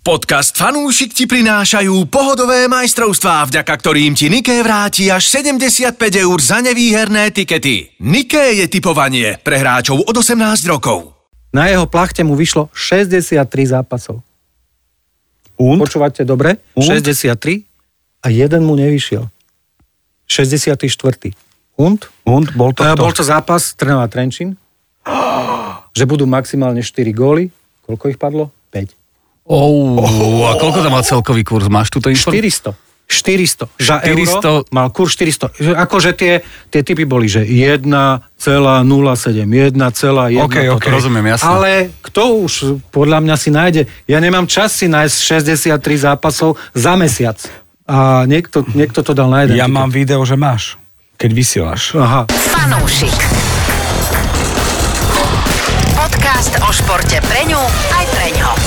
Podcast Fanúšik ti prinášajú pohodové majstrovstvá, vďaka ktorým ti Niké vráti až 75 € za nevýherné tikety. Niké je tipovanie pre hráčov od 18 rokov. Na jeho plachte mu vyšlo 63 zápasov. Počúvate dobre? 63 a jeden mu nevyšiel. 64. Und, bol to zápas Trnava Trenčín, že budú maximálne 4 góly. Koľko ich padlo? 5. A koľko tam má celkový kurz? Máš túto informáciu? 400. Za euro mal kurz 400. Akože tie typy boli, že 1,07, 1,1. OK, rozumiem, jasne. Ale kto už podľa mňa si nájde? Ja nemám čas si nájsť 63 zápasov za mesiac. A niekto to dal na jeden. Ja mám video, že máš, keď vysielaš. Aha. Fanúšik. Podcast o športe pre ňu aj pre ňo.